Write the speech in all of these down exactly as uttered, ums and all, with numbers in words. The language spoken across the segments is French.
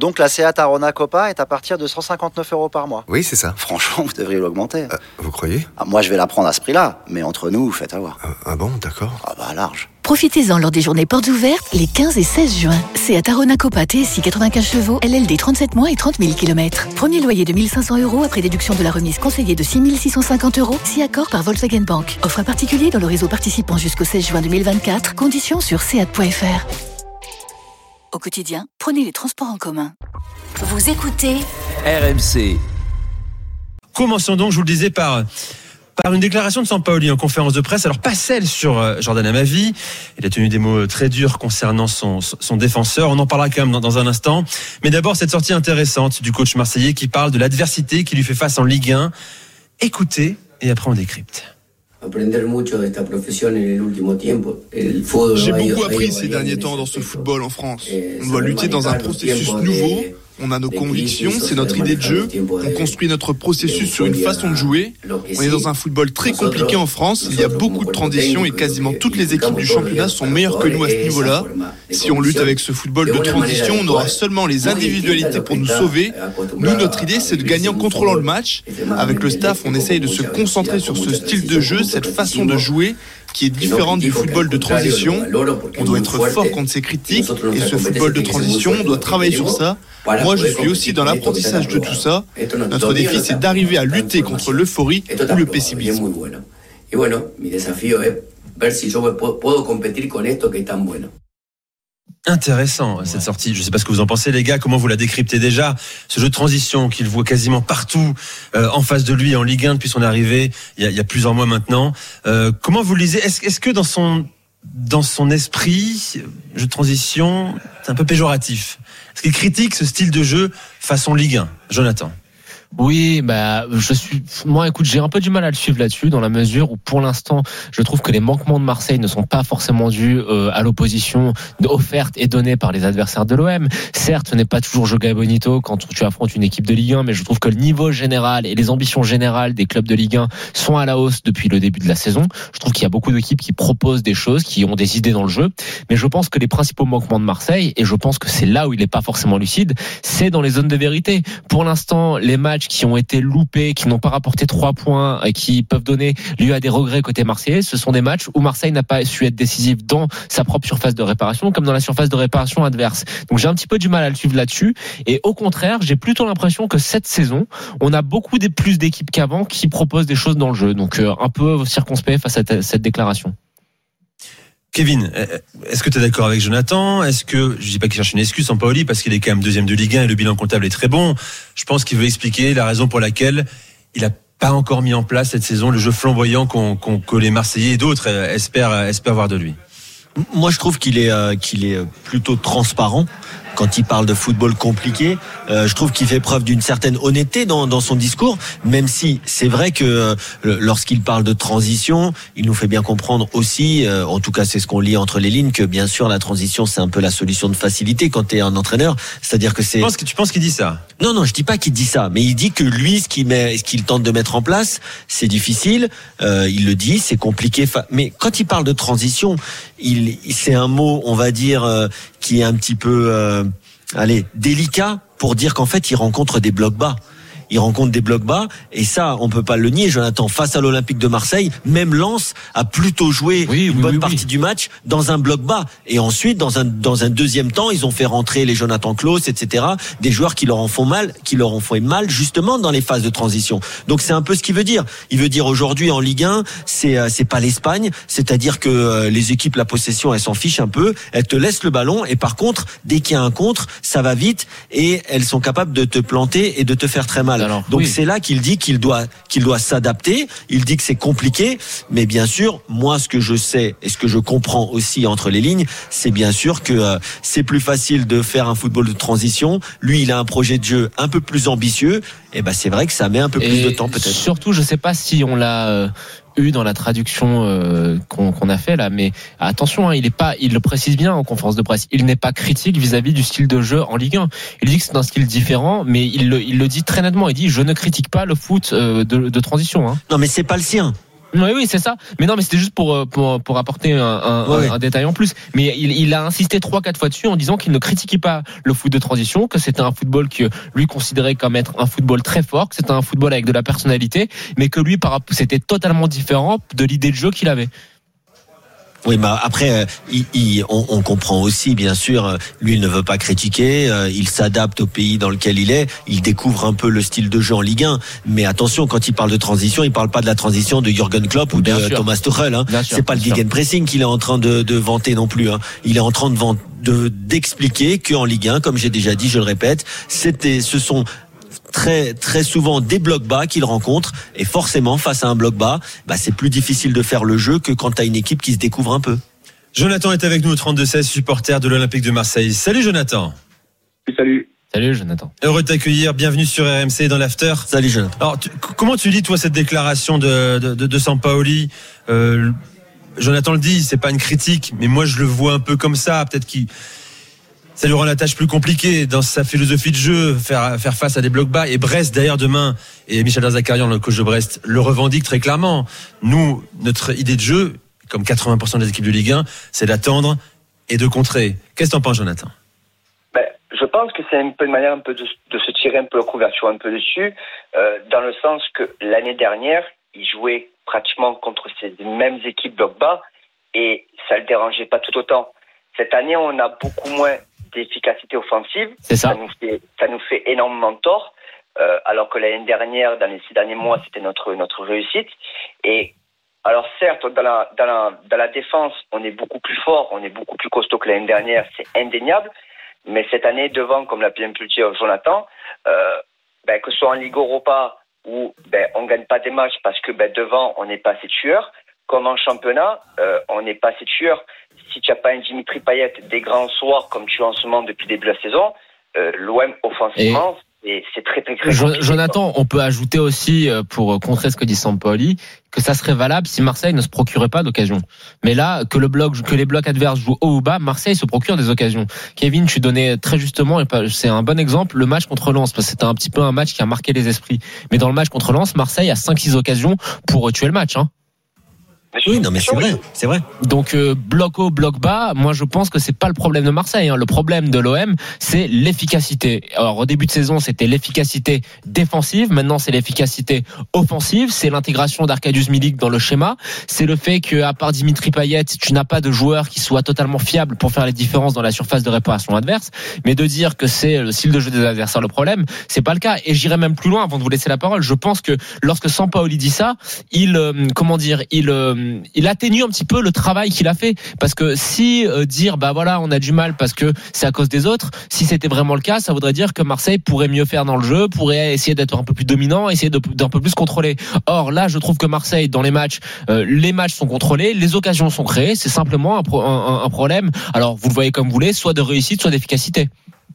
Donc la Seat Arona Copa est à partir de cent cinquante-neuf euros par mois. Oui, c'est ça. Franchement, vous devriez l'augmenter. Euh, vous croyez ? Ah, moi, je vais la prendre à ce prix-là, mais entre nous, faites avoir. Ah, ah bon, d'accord. Ah bah large. Profitez-en lors des journées portes ouvertes les quinze et seize juin. Seat Arona Copa T S I quatre-vingt-quinze chevaux, L L D trente-sept mois et trente mille kilomètres. Premier loyer de mille cinq cents euros après déduction de la remise conseillée de six mille six cent cinquante euros, si accord par Volkswagen Bank. Offre à particulier dans le réseau participant jusqu'au seize juin deux mille vingt-quatre. Conditions sur seat point f r. Au quotidien, prenez les transports en commun. Vous écoutez R M C. Commençons donc, je vous le disais, par... par une déclaration de Sampaoli en conférence de presse, alors pas celle sur Jordan Amavi. Il a tenu des mots très durs concernant son, son défenseur. On en parlera quand même dans, dans un instant. Mais d'abord, cette sortie intéressante du coach marseillais qui parle de l'adversité qui lui fait face en Ligue un. Écoutez, et après on décrypte. J'ai beaucoup appris ces derniers temps dans ce football en France. On doit lutter dans un processus nouveau. On a nos convictions, c'est notre idée de jeu. On construit notre processus sur une façon de jouer. On est dans un football très compliqué en France. Il y a beaucoup de transitions et quasiment toutes les équipes du championnat sont meilleures que nous à ce niveau-là. Si on lutte avec ce football de transition, on aura seulement les individualités pour nous sauver. Nous, notre idée, c'est de gagner en contrôlant le match. Avec le staff, on essaye de se concentrer sur ce style de jeu, cette façon de jouer qui est différente du football de transition. On doit être fort contre ces critiques et ce football de transition, on doit travailler sur ça. Moi, je suis aussi dans l'apprentissage de tout ça. Notre défi, c'est d'arriver à lutter contre l'euphorie ou le pessimisme. Intéressant cette sortie. Je ne sais pas ce que vous en pensez, les gars. Comment vous la décryptez déjà, ce jeu de transition qu'il voit quasiment partout euh, en face de lui en Ligue un depuis son arrivée il y a, il y a plusieurs mois maintenant. Euh, comment vous le lisez ? Est-ce, est-ce que dans son dans son esprit, jeu de transition, c'est un peu péjoratif ? Est-ce qu'il critique ce style de jeu façon Ligue un ? Jonathan. Oui, bah je suis moi écoute, j'ai un peu du mal à le suivre là-dessus dans la mesure où pour l'instant, je trouve que les manquements de Marseille ne sont pas forcément dus euh, à l'opposition offerte et donnée par les adversaires de l'O M. Certes, ce n'est pas toujours Joga Bonito quand tu affrontes une équipe de Ligue un, mais je trouve que le niveau général et les ambitions générales des clubs de Ligue un sont à la hausse depuis le début de la saison. Je trouve qu'il y a beaucoup d'équipes qui proposent des choses, qui ont des idées dans le jeu, mais je pense que les principaux manquements de Marseille, et je pense que c'est là où il n'est pas forcément lucide, c'est dans les zones de vérité. Pour l'instant, les matchs qui ont été loupés, qui n'ont pas rapporté trois points, et qui peuvent donner lieu à des regrets côté marseillais, ce sont des matchs où Marseille n'a pas su être décisif dans sa propre surface de réparation, comme dans la surface de réparation adverse. Donc j'ai un petit peu du mal à le suivre là-dessus, et au contraire, j'ai plutôt l'impression que cette saison, on a beaucoup des plus d'équipes qu'avant qui proposent des choses dans le jeu. Donc euh, un peu circonspect face à t- cette déclaration. Kevin, est-ce que tu es d'accord avec Jonathan ? Est-ce que, je dis pas qu'il cherche une excuse en Paoli parce qu'il est quand même deuxième de Ligue un et le bilan comptable est très bon. Je pense qu'il veut expliquer la raison pour laquelle il a pas encore mis en place cette saison le jeu flamboyant qu'on, qu'on, que les Marseillais et d'autres espèrent, espèrent voir de lui. Moi, je trouve qu'il est, euh, qu'il est plutôt transparent. Quand il parle de football compliqué, euh, je trouve qu'il fait preuve d'une certaine honnêteté dans, dans son discours, même si c'est vrai que euh, lorsqu'il parle de transition, il nous fait bien comprendre aussi, euh, en tout cas c'est ce qu'on lit entre les lignes, que bien sûr la transition c'est un peu la solution de facilité quand tu es un entraîneur, c'est-à-dire que c'est... Tu penses, que, tu penses qu'il dit ça ? Non, non, je dis pas qu'il dit ça, mais il dit que lui, ce qu'il, met, ce qu'il tente de mettre en place, c'est difficile, euh, il le dit, c'est compliqué, mais quand il parle de transition, il, c'est un mot, on va dire, euh, qui est un petit peu... Euh, allez, délicat pour dire qu'en fait, il rencontre des blocs bas. Il rencontre des blocs bas, et ça, on peut pas le nier, Jonathan. Face à l'Olympique de Marseille, même Lens a plutôt joué oui, une oui, bonne oui, partie oui. du match dans un bloc bas. Et ensuite, dans un dans un deuxième temps, ils ont fait rentrer les Jonathan Klaus, et cetera. Des joueurs qui leur en font mal, qui leur en font mal, justement dans les phases de transition. Donc c'est un peu ce qu'il veut dire. Il veut dire aujourd'hui en Ligue un, c'est c'est pas l'Espagne, c'est-à-dire que les équipes, la possession, elles s'en fichent un peu, elles te laissent le ballon, et par contre, dès qu'il y a un contre, ça va vite, et elles sont capables de te planter et de te faire très mal. Alors, Donc oui. c'est là qu'il dit qu'il doit qu'il doit s'adapter. Il dit que c'est compliqué, mais bien sûr, moi ce que je sais et ce que je comprends aussi entre les lignes, c'est bien sûr que euh, c'est plus facile de faire un football de transition. Lui, il a un projet de jeu un peu plus ambitieux. Et ben c'est vrai que ça met un peu et plus de temps peut-être. Surtout, je sais pas si on l'a euh, eu dans la traduction euh, qu'on, qu'on a fait là, mais attention, hein, il est pas, il le précise bien en conférence de presse, il n'est pas critique vis-à-vis du style de jeu en Ligue un. Il dit que c'est un style différent, mais il le, il le dit très nettement. Il dit je ne critique pas le foot euh, de, de transition. Hein. Non, mais c'est pas le sien. Oui, oui, c'est ça. Mais non, mais c'était juste pour pour pour apporter un, un, ouais. un, un détail en plus. Mais il, il a insisté trois, quatre fois dessus en disant qu'il ne critiquait pas le foot de transition, que c'était un football que lui considérait comme être un football très fort, que c'était un football avec de la personnalité, mais que lui, par c'était totalement différent de l'idée de jeu qu'il avait. Oui, mais après, il, il, on, on comprend aussi, bien sûr, lui, il ne veut pas critiquer, euh, il s'adapte au pays dans lequel il est, il découvre un peu le style de jeu en Ligue un, mais attention, quand il parle de transition, il parle pas de la transition de Jürgen Klopp ou bien de sûr. Thomas Tuchel, hein. Sûr, c'est pas le gegenpressing qu'il est en train de, de vanter non plus, hein. Il est en train de, vant, de d'expliquer qu'en Ligue un, comme j'ai déjà dit, je le répète, c'était, ce sont très très souvent des blocs bas qu'il rencontre, et forcément face à un bloc bas, bah, c'est plus difficile de faire le jeu que quand tu as une équipe qui se découvre un peu. Jonathan est avec nous au trente-deux seize, supporter de l'Olympique de Marseille. Salut Jonathan. Salut. Salut Jonathan. Heureux de t'accueillir, bienvenue sur R M C dans l'After. Salut Jonathan. Alors tu, comment tu lis toi cette déclaration de, de, de, de Sampaoli? euh, Jonathan le dit, c'est pas une critique, mais moi je le vois un peu comme ça, peut-être qu'il ça lui rend la tâche plus compliquée dans sa philosophie de jeu, faire, faire face à des blocs bas. Et Brest, d'ailleurs, demain, et Michel Derzakarian, le coach de Brest, le revendique très clairement. Nous, notre idée de jeu, comme quatre-vingts pour cent des équipes de Ligue un, c'est d'attendre et de contrer. Qu'est-ce que t'en penses, Jonathan? Ben, je pense que c'est un peu une manière un peu de, de se tirer un peu la couverture un peu dessus, euh, dans le sens que l'année dernière, il jouait pratiquement contre ces mêmes équipes bloc bas et ça le dérangeait pas tout autant. Cette année, on a beaucoup moins d'efficacité offensive. C'est ça. Ça nous fait, ça nous fait énormément de tort, euh, alors que l'année dernière, dans les six derniers mois, c'était notre notre réussite. Et alors certes, dans la dans la dans la défense, on est beaucoup plus fort, on est beaucoup plus costaud que l'année dernière, c'est indéniable. Mais cette année, devant, comme l'a bien pu le dire Jonathan, euh, ben, que ce soit en Ligue Europa où ben on gagne pas des matchs parce que ben devant on n'est pas assez tueur, comme en championnat, euh, on n'est pas assez tueur. Si tu n'as pas un Dimitri Payet des grands soirs comme tu as en ce moment depuis le début de la saison, euh, l'O M offensivement, et... c'est très très très compliqué. Jonathan, on peut ajouter aussi, pour contrer ce que dit Sampaoli, que ça serait valable si Marseille ne se procurait pas d'occasion. Mais là, que le bloc, que les blocs adverses jouent haut ou bas, Marseille se procure des occasions. Kevin, tu donnais très justement, et c'est un bon exemple, le match contre Lens, parce que c'était un petit peu un match qui a marqué les esprits. Mais dans le match contre Lens, Marseille a cinq six occasions pour tuer le match, hein. Oui, non, mais c'est vrai, c'est vrai. Donc euh, bloc haut, bloc bas, moi je pense que c'est pas le problème de Marseille, hein. Le problème de l'O M, c'est l'efficacité. Alors au début de saison, c'était l'efficacité défensive, maintenant c'est l'efficacité offensive, c'est l'intégration d'Arkadiusz Milik dans le schéma, c'est le fait que à part Dimitri Payet, tu n'as pas de joueur qui soit totalement fiable pour faire les différences dans la surface de réparation adverse, mais de dire que c'est le style de jeu des adversaires le problème, c'est pas le cas. Et j'irai même plus loin avant de vous laisser la parole. Je pense que lorsque Sampaoli dit ça, il euh, comment dire, il euh, il atténue un petit peu le travail qu'il a fait, parce que si euh, dire bah voilà on a du mal parce que c'est à cause des autres, si c'était vraiment le cas, ça voudrait dire que Marseille pourrait mieux faire dans le jeu, pourrait essayer d'être un peu plus dominant, essayer de, d'un peu plus contrôler. Or là je trouve que Marseille dans les matchs, euh, les matchs sont contrôlés, les occasions sont créées, c'est simplement un, pro, un, un problème, alors vous le voyez comme vous voulez, soit de réussite soit d'efficacité.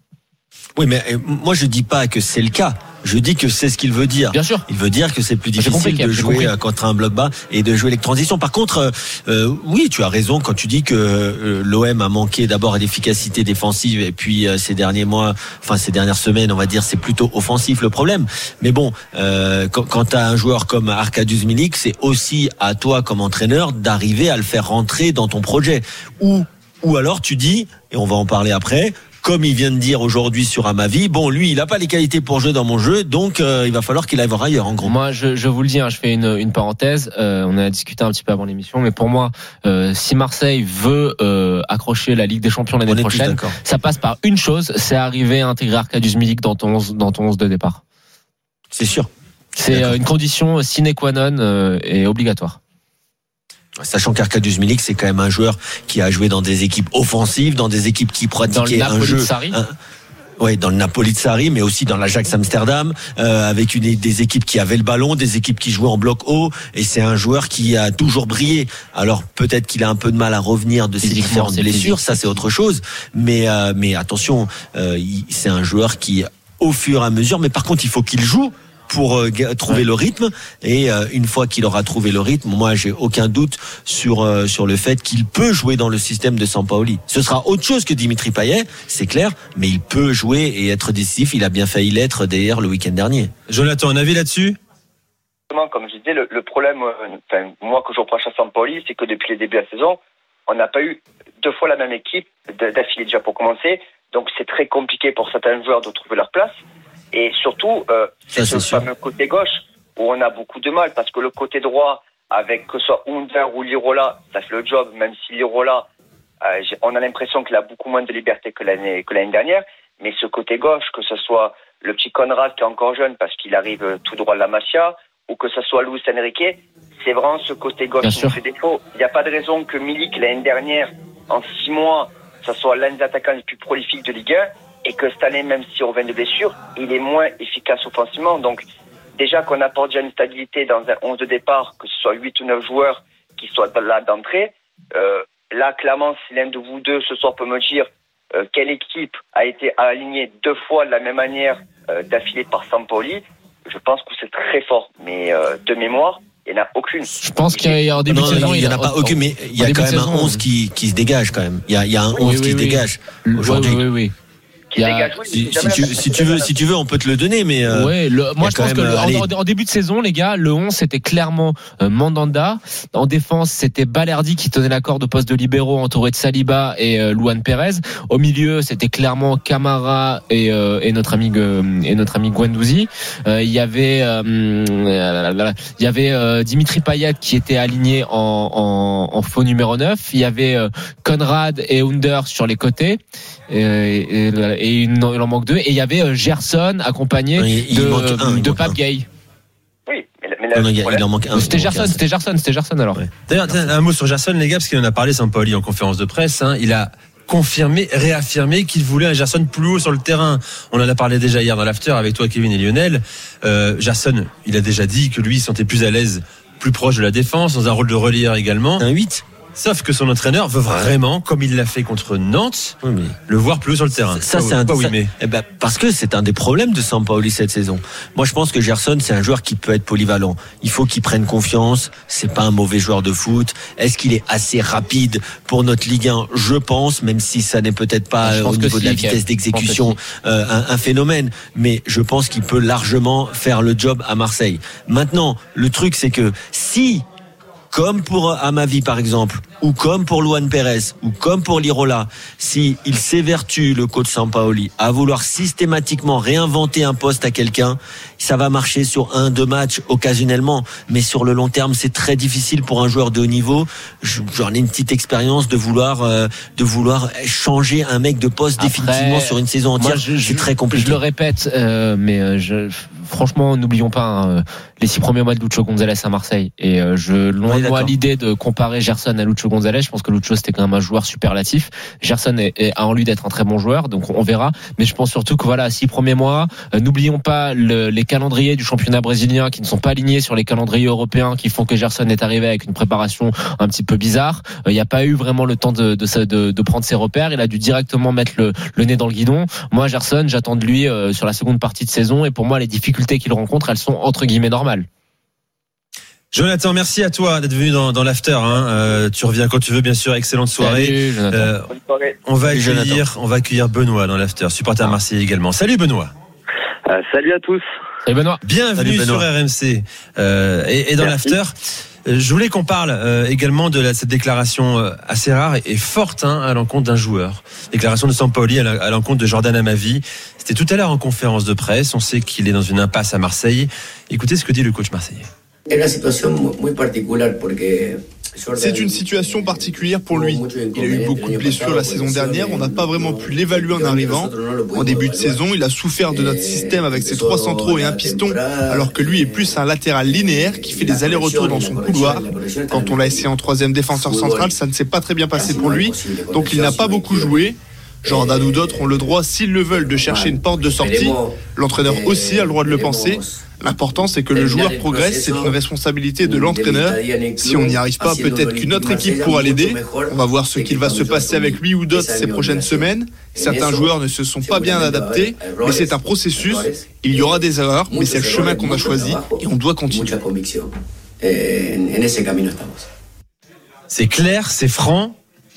Oui, mais moi je dis pas que c'est le cas. Je dis que c'est ce qu'il veut dire. Bien sûr. Il veut dire que c'est plus difficile de jouer contre un bloc bas et de jouer les transitions. Par contre, euh, oui, tu as raison quand tu dis que euh, l'O M a manqué d'abord d'efficacité défensive et puis euh, ces derniers mois, enfin ces dernières semaines, on va dire, c'est plutôt offensif le problème. Mais bon, euh, quand, quand tu as un joueur comme Arkadiusz Milik, c'est aussi à toi comme entraîneur d'arriver à le faire rentrer dans ton projet. Ou ou alors tu dis, et on va en parler après, comme il vient de dire aujourd'hui sur Amavi, bon, lui, il n'a pas les qualités pour jouer dans mon jeu, donc euh, il va falloir qu'il aille voir ailleurs, en gros. Moi, je, je vous le dis, hein, je fais une, une parenthèse. Euh, on a discuté un petit peu avant l'émission, mais pour moi, euh, si Marseille veut euh, accrocher la Ligue des Champions l'année prochaine, ça passe par une chose, c'est arriver à intégrer Arkadiusz Milik dans ton onze, dans ton onze de départ. C'est sûr. C'est euh, une condition sine qua non euh, et obligatoire. Sachant qu'Arkadiusz Milik, c'est quand même un joueur qui a joué dans des équipes offensives, dans des équipes qui pratiquaient un jeu. Un, ouais, dans le Napoli de Sarri, mais aussi dans l'Ajax Amsterdam, euh, avec une des équipes qui avaient le ballon, des équipes qui jouaient en bloc haut, et c'est un joueur qui a toujours brillé. Alors peut-être qu'il a un peu de mal à revenir de ses différentes blessures, ça c'est autre chose. Mais euh, mais attention, euh, il, c'est un joueur qui, au fur et à mesure, mais par contre il faut qu'il joue pour euh, trouver ouais. le rythme, et euh, une fois qu'il aura trouvé le rythme, moi j'ai aucun doute sur euh, sur le fait qu'il peut jouer dans le système de Sampaoli. Ce sera autre chose que Dimitri Payet, c'est clair, mais il peut jouer et être décisif. Il a bien failli l'être d'ailleurs le week-end dernier. Jonathan, un avis là-dessus? justement, comme je disais, le, le problème, euh, enfin, moi que je reproche à Sampaoli, c'est que depuis le début de la saison, on n'a pas eu deux fois la même équipe d'affilée déjà pour commencer. Donc c'est très compliqué pour certains joueurs de trouver leur place. Et surtout, euh, c'est ce fameux côté gauche où on a beaucoup de mal parce que le côté droit, avec que ce soit Under ou Lirola, ça fait le job, même si Lirola, euh, on a l'impression qu'il a beaucoup moins de liberté que l'année, que l'année dernière. Mais ce côté gauche, que ce soit le petit Conrad qui est encore jeune parce qu'il arrive tout droit de la Masia, ou que ce soit Luis Enrique, c'est vraiment ce côté gauche qui nous fait défaut. Il n'y a pas de raison que Milik, l'année dernière, en six mois, ça soit l'un des attaquants les plus prolifiques de Ligue un, et que cette année, même s'il revient de blessure, il est moins efficace offensivement. Donc, déjà qu'on apporte déjà une stabilité dans un onze de départ, que ce soit huit ou neuf joueurs qui soient là d'entrée, euh, là, clairement, si l'un de vous deux ce soir peut me dire euh, quelle équipe a été alignée deux fois de la même manière euh, d'affilée par Sampaoli, je pense que c'est très fort. Mais euh, de mémoire, il n'y en a aucune. Je pense qu'il y a en début de saison, il n'y en a pas aucune, mais il y a quand même un onze qui, qui se dégage quand même. Il y a, il y a un oui, onze oui, qui oui, se dégage oui. aujourd'hui. Oui, oui, oui. Qui dégage, oui, si, si, tu, si tu veux, si tu veux, on peut te le donner, mais euh, ouais, le, moi je pense même, que le, euh, en, en début de saison, les gars, le onze c'était clairement euh, Mandanda. En défense, c'était Balerdi qui tenait la corde au poste de libéraux, entouré de Saliba et euh, Luan Pérez. Au milieu, c'était clairement Camara et, euh, et notre ami euh, et notre ami Guendouzi. Euh, il y avait euh, il y avait euh, Dimitri Payet qui était aligné en, en, en faux numéro neuf. Il y avait euh, Conrad et Under sur les côtés. Et, et, et il en manque deux. Et il y avait euh, Gerson accompagné oui, il de, un, de Pape Gay. Oui, mais, mais là, non, il, il en manque un. C'était Gerson, c'était Gerson, c'était Gerson alors. Ouais. D'ailleurs, un mot sur Gerson, les gars, parce qu'il en a parlé Sampaoli en conférence de presse. Hein, il a confirmé, réaffirmé qu'il voulait un Gerson plus haut sur le terrain. On en a parlé déjà hier dans l'after avec toi, Kevin et Lionel. Euh, Gerson, il a déjà dit que lui, il se sentait plus à l'aise, plus proche de la défense, dans un rôle de relayeur également. Un huit. Sauf que son entraîneur veut vraiment, comme il l'a fait contre Nantes, oui, mais le voir plus haut sur le terrain. Ça, pas c'est un, pas ça, oui, mais... eh ben, parce que c'est un des problèmes de Sampaoli cette saison. Moi, je pense que Gerson, c'est un joueur qui peut être polyvalent. Il faut qu'il prenne confiance. C'est pas un mauvais joueur de foot. Est-ce qu'il est assez rapide pour notre Ligue un? Je pense, même si ça n'est peut-être pas euh, au niveau si, de la vitesse d'exécution euh, un, un phénomène, mais je pense qu'il peut largement faire le job à Marseille. Maintenant, le truc, c'est que si comme pour Amavi par exemple, ou comme pour Luan Pérez, ou comme pour Lirola, si il s'évertue, le coach Sampaoli, à vouloir systématiquement réinventer un poste à quelqu'un, ça va marcher sur un, deux matchs occasionnellement, mais sur le long terme, c'est très difficile pour un joueur de haut niveau. J'en ai une petite expérience de vouloir, euh, de vouloir changer un mec de poste Après, définitivement sur une saison entière. Moi, je, c'est très compliqué. Je le répète, euh, mais je, franchement, n'oublions pas hein, les six premiers mois de Lucho González à Marseille. Et euh, je loin de moi l'idée de comparer Gerson à Lucho González. Je pense que Lucho c'était quand même un joueur superlatif. Gerson est, est, a en lui d'être un très bon joueur, donc on verra. Mais je pense surtout que voilà, six premiers mois. Euh, n'oublions pas le, les calendriers du championnat brésilien qui ne sont pas alignés sur les calendriers européens, qui font que Gerson est arrivé avec une préparation un petit peu bizarre. Il euh, n'y a pas eu vraiment le temps de, de, de, de prendre ses repères. Il a dû directement mettre le, le nez dans le guidon. Moi, Gerson, j'attends de lui euh, sur la seconde partie de saison. Et pour moi, les difficultés qu'il rencontre, elles sont entre guillemets normales. Jonathan, merci à toi d'être venu dans, dans l'after. Hein. Euh, tu reviens quand tu veux, bien sûr. Excellente soirée. Salut, euh, on va accueillir, on va accueillir Benoît dans l'after, supporter à Marseille également. Salut Benoît. Euh, salut à tous. Salut Benoît. Bienvenue salut Benoît. sur R M C euh, et, et dans merci. l'after. Je voulais qu'on parle euh, également de la, cette déclaration euh, assez rare et, et forte hein, à l'encontre d'un joueur. Déclaration de Sampaoli à, la, à l'encontre de Jordan Amavi. C'était tout à l'heure en conférence de presse. On sait qu'il est dans une impasse à Marseille. Écoutez ce que dit le coach marseillais. C'est une situation particulière pour lui. Il a eu beaucoup de blessures la saison dernière. On n'a pas vraiment pu l'évaluer en arrivant. En début de saison, il a souffert de notre système avec ses trois centraux et un piston, alors que lui est plus un latéral linéaire qui fait des allers-retours dans son couloir. Quand on l'a essayé en troisième défenseur central, ça ne s'est pas très bien passé pour lui. Donc il n'a pas beaucoup joué. Jordan ou d'autres ont le droit, s'ils le veulent, de chercher une porte de sortie. L'entraîneur aussi a le droit de le penser. L'important, c'est que le joueur progresse, c'est une responsabilité de l'entraîneur. Si on n'y arrive pas, peut-être qu'une autre équipe pourra l'aider. On va voir ce qu'il va se passer avec lui ou d'autres ces prochaines semaines. Certains joueurs ne se sont pas bien adaptés, mais c'est un processus. Il y aura des erreurs, mais c'est le chemin qu'on a choisi et on doit continuer. C'est clair, c'est franc.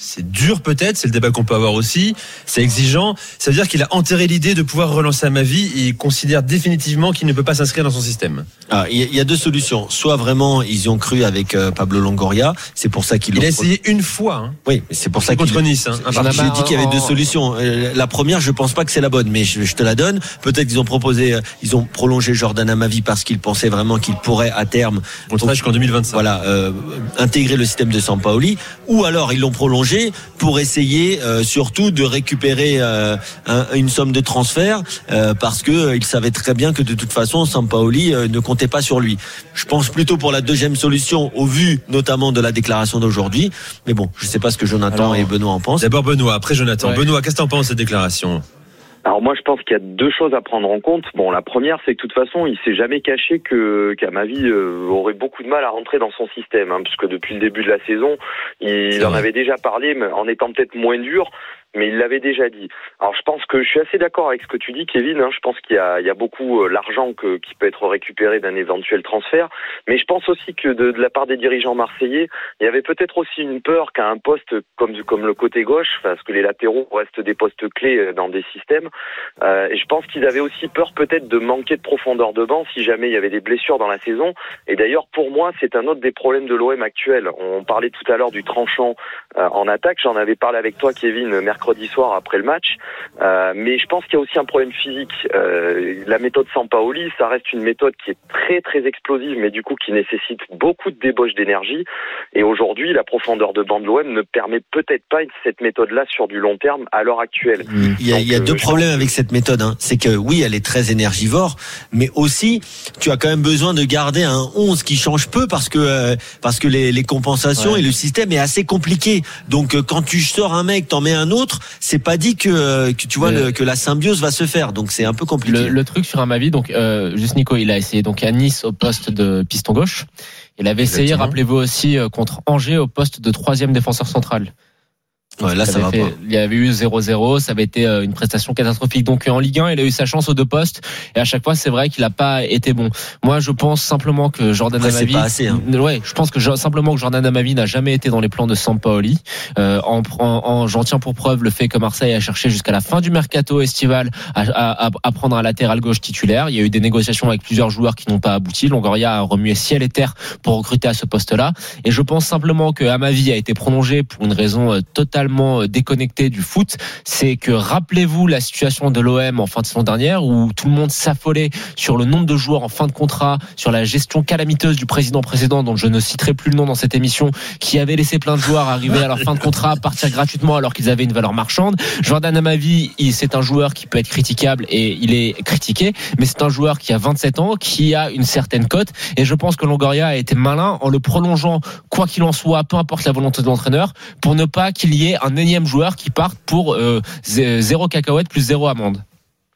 c'est dur peut-être, c'est le débat qu'on peut avoir aussi, c'est exigeant. Ça veut dire qu'il a enterré l'idée de pouvoir relancer Amavi et il considère définitivement qu'il ne peut pas s'inscrire dans son système. Ah, il y a deux solutions. Soit vraiment ils y ont cru avec euh, Pablo Longoria, c'est pour ça qu'il il a essayé une fois. Hein. Oui, mais c'est pour ça qu'il contre Nice. Hein, j'ai dit qu'il y avait deux solutions. La première, je pense pas que c'est la bonne, mais je, je te la donne. Peut-être qu'ils ont proposé, ils ont prolongé Jordan Amavi parce qu'ils pensaient vraiment qu'il pourrait à terme, donc, jusqu'en deux mille vingt-cinq. Voilà, euh, intégrer le système de Sampaoli. Ou alors ils l'ont prolongé pour essayer euh, surtout de récupérer euh, un, une somme de transfert euh, parce que euh, ils savaient très bien que de toute façon Sampaoli euh, ne comptait pas sur lui. Je pense plutôt pour la deuxième solution au vu notamment de la déclaration d'aujourd'hui. Mais bon, je sais pas ce que Jonathan alors, et Benoît en pensent. D'abord Benoît, après Jonathan. Ouais. Benoît, qu'est-ce que t'en penses de cette déclaration ? Alors moi je pense qu'il y a deux choses à prendre en compte. Bon, la première c'est que de toute façon il s'est jamais caché que qu'Amavi euh, aurait beaucoup de mal à rentrer dans son système, hein, puisque depuis le début de la saison il c'est en vrai. avait déjà parlé, mais en étant peut-être moins dur. Mais il l'avait déjà dit. Alors je pense que je suis assez d'accord avec ce que tu dis, Kevin. Hein. Je pense qu'il y a, il y a beaucoup euh, l'argent que, qui peut être récupéré d'un éventuel transfert. Mais je pense aussi que de, de la part des dirigeants marseillais, il y avait peut-être aussi une peur qu'à un poste comme comme le côté gauche, parce que les latéraux restent des postes clés dans des systèmes. Euh, et je pense qu'ils avaient aussi peur peut-être de manquer de profondeur de banc si jamais il y avait des blessures dans la saison. Et d'ailleurs pour moi c'est un autre des problèmes de l'O M actuel. On parlait tout à l'heure du tranchant euh, en attaque. J'en avais parlé avec toi, Kevin, mercredi. mercredi soir après le match, euh, mais je pense qu'il y a aussi un problème physique. Euh, la méthode Sampaoli, ça reste une méthode qui est très très explosive, mais du coup qui nécessite beaucoup de débauche d'énergie. Et aujourd'hui, la profondeur de banc de l'O M ne permet peut-être pas cette méthode-là sur du long terme à l'heure actuelle. Il y a, Donc, il y a deux euh, problèmes avec cette méthode. Hein. C'est que oui, elle est très énergivore, mais aussi tu as quand même besoin de garder un onze qui change peu parce que euh, parce que les, les compensations ouais. et le système est assez compliqué. Donc euh, quand tu sors un mec, t'en mets un autre, c'est pas dit que, que tu vois le, le, que la symbiose va se faire. Donc c'est un peu compliqué. Le, le truc sur Amavi, donc euh, juste Nico, il a essayé donc à Nice au poste de piston gauche. Il avait essayé, Exactement. rappelez-vous aussi, contre Angers au poste de troisième défenseur central. Ouais, là, ça, ça va fait, pas. Il y avait eu zéro zéro, ça avait été une prestation catastrophique. Donc, en Ligue un, il a eu sa chance aux deux postes. Et à chaque fois, c'est vrai qu'il a pas été bon. Moi, je pense simplement que Jordan Après, Amavi. C'est pas assez, hein. Ouais, je pense que simplement que Jordan Amavi n'a jamais été dans les plans de Sampaoli. Euh, en, en, en, j'en tiens pour preuve le fait que Marseille a cherché jusqu'à la fin du mercato estival à, à, à prendre un latéral gauche titulaire. Il y a eu des négociations avec plusieurs joueurs qui n'ont pas abouti. Longoria a remué ciel et terre pour recruter à ce poste-là. Et je pense simplement que Amavi a été prolongé pour une raison totalement déconnectée du foot, c'est que rappelez-vous la situation de l'O M en fin de saison dernière où tout le monde s'affolait sur le nombre de joueurs en fin de contrat, sur la gestion calamiteuse du président précédent dont je ne citerai plus le nom dans cette émission, qui avait laissé plein de joueurs arriver à leur fin de contrat, partir gratuitement alors qu'ils avaient une valeur marchande. Jordan Amavi, c'est un joueur qui peut être critiquable et il est critiqué, mais c'est un joueur qui a vingt-sept ans, qui a une certaine cote et je pense que Longoria a été malin en le prolongeant quoi qu'il en soit, peu importe la volonté de l'entraîneur, pour ne pas qu'il y ait un énième joueur qui partent pour euh, zéro cacahuète plus zéro amende.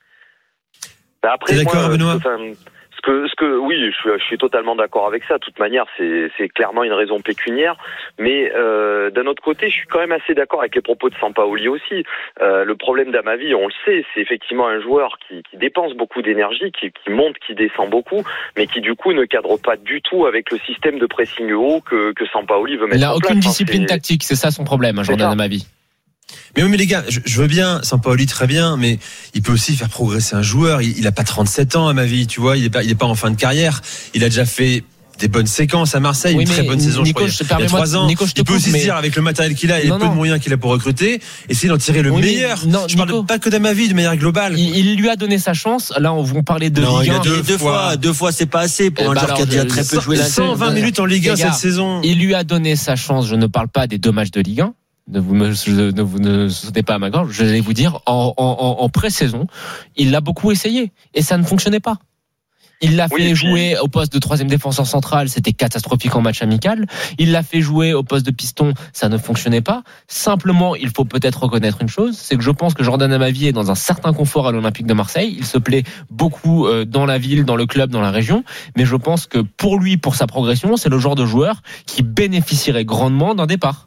Bah après, T'es d'accord, moi, Benoît ? Ce que, ce que, oui, je suis, je suis totalement d'accord avec ça. De toute manière, c'est, c'est clairement une raison pécuniaire. Mais euh, d'un autre côté, je suis quand même assez d'accord avec les propos de Sampaoli aussi. Euh, le problème d'Amavi, on le sait, c'est effectivement un joueur qui, qui dépense beaucoup d'énergie, qui, qui monte, qui descend beaucoup, mais qui du coup ne cadre pas du tout avec le système de pressing haut que, que Sampaoli veut mettre en place. Il n'a aucune place, discipline hein, tactique, c'est ça son problème, hein, Jordan Amavi. Mais oui, mais les gars, je, je veux bien, Sampaoli très bien, mais il peut aussi faire progresser un joueur. Il, il a pas trente-sept ans à ma vie, tu vois. Il est pas, il est pas en fin de carrière. Il a déjà fait des bonnes séquences à Marseille, oui, une très bonne saison. Nico, je crois, il y a trois ans. Nico, je te il peut coupe, aussi mais... se dire avec le matériel qu'il a et non, les peu non. de moyens qu'il a pour recruter, essayer d'en tirer le oui, meilleur. Non, je Nico, parle pas que d'Amavi de manière globale. Il, il lui a donné sa chance. Là, on vous parlait de non, Ligue un. Il a deux, deux fois, deux fois, c'est pas assez pour eh un bah joueur alors, qui a déjà très peu joué la cent vingt minutes en Ligue un cette saison. Il lui a donné sa chance. Je ne parle pas des deux matchs de Ligue un. Ne vous, me, ne vous ne sautez pas à ma gorge. Je vais vous dire, en, en, en pré-saison, il l'a beaucoup essayé et ça ne fonctionnait pas. Il l'a fait oui, jouer puis... au poste de troisième défenseur central, c'était catastrophique en match amical. Il l'a fait jouer au poste de piston, ça ne fonctionnait pas. Simplement, il faut peut-être reconnaître une chose, c'est que je pense que Jordan Amavi est dans un certain confort à l'Olympique de Marseille. Il se plaît beaucoup dans la ville, dans le club, dans la région. Mais je pense que pour lui, pour sa progression, c'est le genre de joueur qui bénéficierait grandement d'un départ.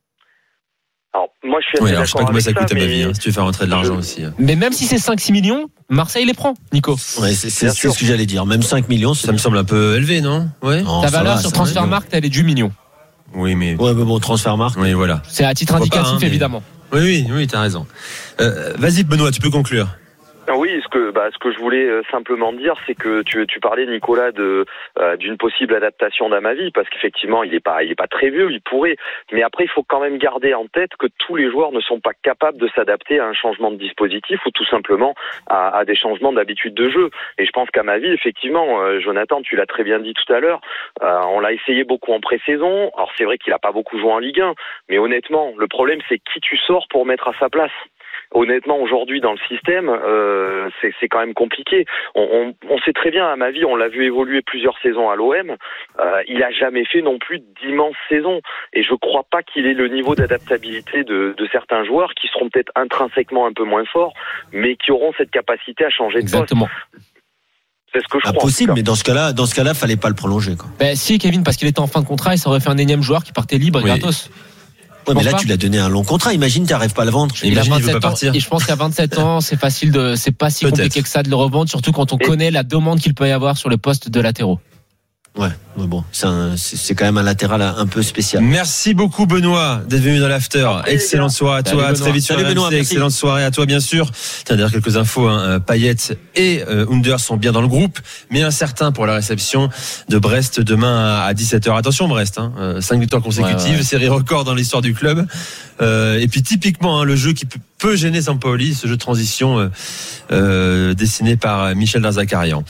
Alors, moi, je suis assez oui, d'accord alors, je sais pas combien ça coûte à mais... ma vie, hein, si tu veux faire rentrer de l'argent aussi. Mais même si c'est cinq six millions, Marseille les prend, Nico. Ouais, c'est, c'est, c'est ce que j'allais dire. Même cinq millions, ça me semble un peu élevé, non? Ouais. Non, ta valeur va, sur Transfermarkt, elle est du million. Oui, mais. Ouais, mais bon, Transfermarkt. Oui, voilà. C'est à titre Pourquoi indicatif, pas, hein, mais- évidemment. Oui, oui, oui, t'as raison. Euh, vas-y, Benoît, tu peux conclure. Oui, ce que bah, ce que je voulais euh, simplement dire, c'est que tu tu parlais, Nicolas, de euh, d'une possible adaptation d'Amavi, parce qu'effectivement, il est pas il est pas très vieux, il pourrait. Mais après, il faut quand même garder en tête que tous les joueurs ne sont pas capables de s'adapter à un changement de dispositif ou tout simplement à, à des changements d'habitude de jeu. Et je pense qu'Amavi, effectivement, euh, Jonathan, tu l'as très bien dit tout à l'heure, euh, on l'a essayé beaucoup en pré-saison. Alors c'est vrai qu'il a pas beaucoup joué en Ligue un, mais honnêtement, le problème c'est qui tu sors pour mettre à sa place. Honnêtement, aujourd'hui, dans le système, euh, c'est, c'est quand même compliqué. On, on, on sait très bien, à ma vie, on l'a vu évoluer plusieurs saisons à l'O M. Euh, il a jamais fait non plus d'immenses saisons. Et je crois pas qu'il ait le niveau d'adaptabilité de, de certains joueurs qui seront peut-être intrinsèquement un peu moins forts, mais qui auront cette capacité à changer de poste. Exactement. C'est ce que je crois. Impossible, mais dans ce cas-là, dans ce cas-là, fallait pas le prolonger, quoi. Ben, si, Kevin, parce qu'il était en fin de contrat, il ça aurait fait un énième joueur qui partait libre, Oui. gratos. Ouais, mais là, pas. tu l'as donné un long contrat. Imagine, t'arrives pas à le vendre. Il a Imagine, il veut vingt-sept pas ans, partir. et je pense qu'à vingt-sept ans, c'est facile de, c'est pas si Peut-être. compliqué que ça de le revendre, surtout quand on Et- connaît la demande qu'il peut y avoir sur le poste de latéraux. Ouais, mais bon, c'est, un, c'est, c'est quand même un latéral un peu spécial. Merci beaucoup Benoît d'être venu dans l'after. Merci, Excellente les gars. soirée à Salut, toi. À Benoît. très vite sur Salut, R M C. Benoît, merci. Excellente soirée à toi bien sûr. Tiens, d'ailleurs quelques infos. Hein. Payet et euh, Under sont bien dans le groupe, mais incertains pour la réception de Brest demain à dix-sept heures. Attention Brest, hein. euh, cinq victoires consécutives, Ouais, ouais. série record dans l'histoire du club. Euh, et puis typiquement hein, le jeu qui peut, peut gêner Sampaoli, ce jeu de transition euh, euh, dessiné par Michel Darzacarian.